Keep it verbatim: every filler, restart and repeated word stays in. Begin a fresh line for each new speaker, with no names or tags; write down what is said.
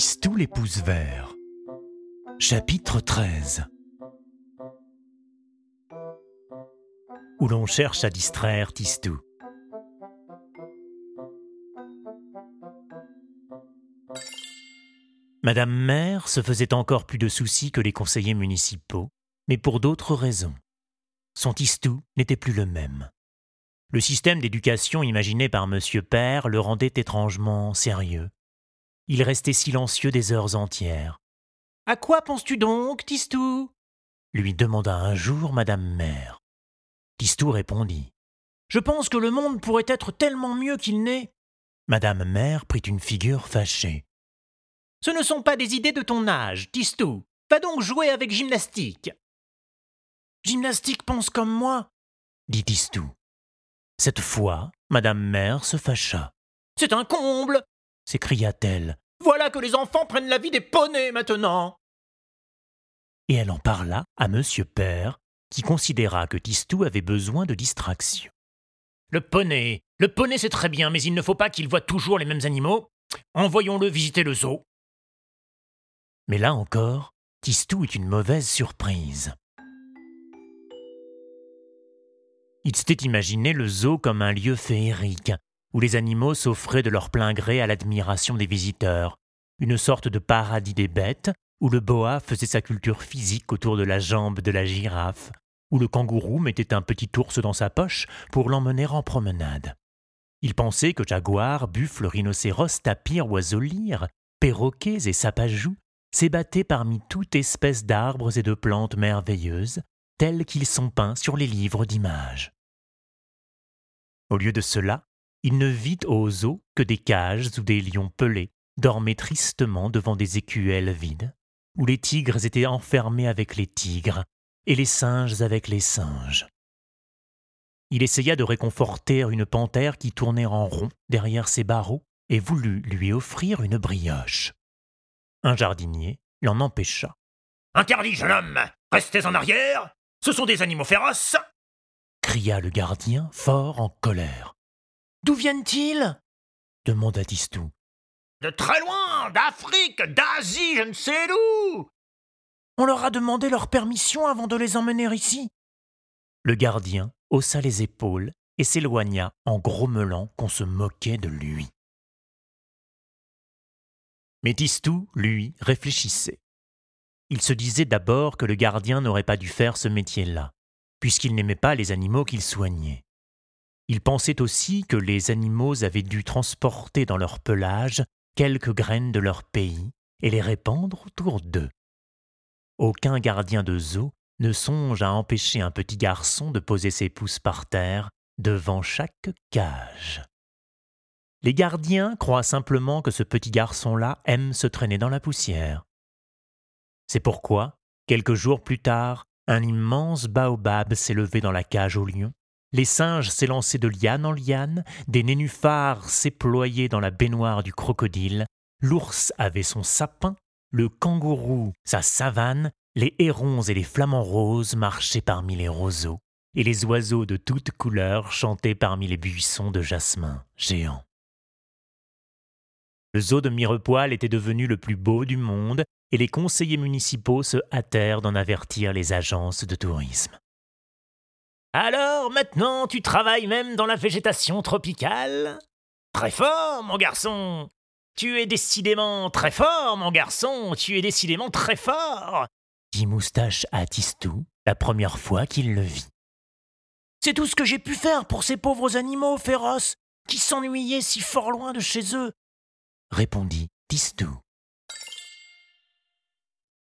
Tistou les pouces verts. Chapitre treize. Où l'on cherche à distraire Tistou. Madame Mère se faisait encore plus de soucis que les conseillers municipaux, mais pour d'autres raisons. Son Tistou n'était plus le même. Le système d'éducation imaginé par Monsieur Père le rendait étrangement sérieux. Il restait silencieux des heures entières. « À quoi penses-tu donc, Tistou ?» lui demanda un jour Madame Mère. Tistou répondit. « Je pense que le monde pourrait être tellement mieux qu'il n'est. » Madame Mère prit une figure fâchée. « Ce ne sont pas des idées de ton âge, Tistou. Va donc jouer avec Gymnastique. »« Gymnastique pense comme moi, » dit Tistou. Cette fois, Madame Mère se fâcha. « C'est un comble !» s'écria-t-elle. « Voilà que les enfants prennent la vie des poneys maintenant !» Et elle en parla à Monsieur Père, qui considéra que Tistou avait besoin de distraction. « Le poney, le poney c'est très bien, mais il ne faut pas qu'il voie toujours les mêmes animaux. Envoyons-le visiter le zoo. » Mais là encore, Tistou eut une mauvaise surprise. Il s'était imaginé le zoo comme un lieu féerique, où les animaux s'offraient de leur plein gré à l'admiration des visiteurs, une sorte de paradis des bêtes, où le boa faisait sa culture physique autour de la jambe de la girafe, où le kangourou mettait un petit ours dans sa poche pour l'emmener en promenade. Il pensait que jaguars, buffles, rhinocéros, tapirs, oiseaux lyres, perroquets et sapajous s'ébattaient parmi toute espèce d'arbres et de plantes merveilleuses, tels qu'ils sont peints sur les livres d'images. Au lieu de cela, il ne vit au zoo que des cages où des lions pelés dormaient tristement devant des écuelles vides, où les tigres étaient enfermés avec les tigres et les singes avec les singes. Il essaya de réconforter une panthère qui tournait en rond derrière ses barreaux et voulut lui offrir une brioche. Un jardinier l'en empêcha. « Interdit, jeune homme! Restez en arrière! Ce sont des animaux féroces !» cria le gardien, fort en colère. « D'où viennent-ils » demanda Tistou. « De très loin, d'Afrique, d'Asie, je ne sais d'où !»« On leur a demandé leur permission avant de les emmener ici. » Le gardien haussa les épaules et s'éloigna en grommelant qu'on se moquait de lui. Mais Tistou, lui, réfléchissait. Il se disait d'abord que le gardien n'aurait pas dû faire ce métier-là, puisqu'il n'aimait pas les animaux qu'il soignait. Il pensait aussi que les animaux avaient dû transporter dans leur pelage quelques graines de leur pays et les répandre autour d'eux. Aucun gardien de zoo ne songe à empêcher un petit garçon de poser ses pouces par terre devant chaque cage. Les gardiens croient simplement que ce petit garçon-là aime se traîner dans la poussière. C'est pourquoi, quelques jours plus tard, un immense baobab s'est levé dans la cage aux lions, les singes s'élançaient de liane en liane, des nénuphars s'éployaient dans la baignoire du crocodile, l'ours avait son sapin, le kangourou sa savane, les hérons et les flamants roses marchaient parmi les roseaux, et les oiseaux de toutes couleurs chantaient parmi les buissons de jasmin géants. Le zoo de Mirepoix était devenu le plus beau du monde, et les conseillers municipaux se hâtèrent d'en avertir les agences de tourisme. « Alors, maintenant, tu travailles même dans la végétation tropicale ? Très fort, mon garçon ! Tu es décidément très fort, mon garçon ! Tu es décidément très fort !» dit Moustache à Tistou la première fois qu'il le vit. « C'est tout ce que j'ai pu faire pour ces pauvres animaux féroces qui s'ennuyaient si fort loin de chez eux !» répondit Tistou.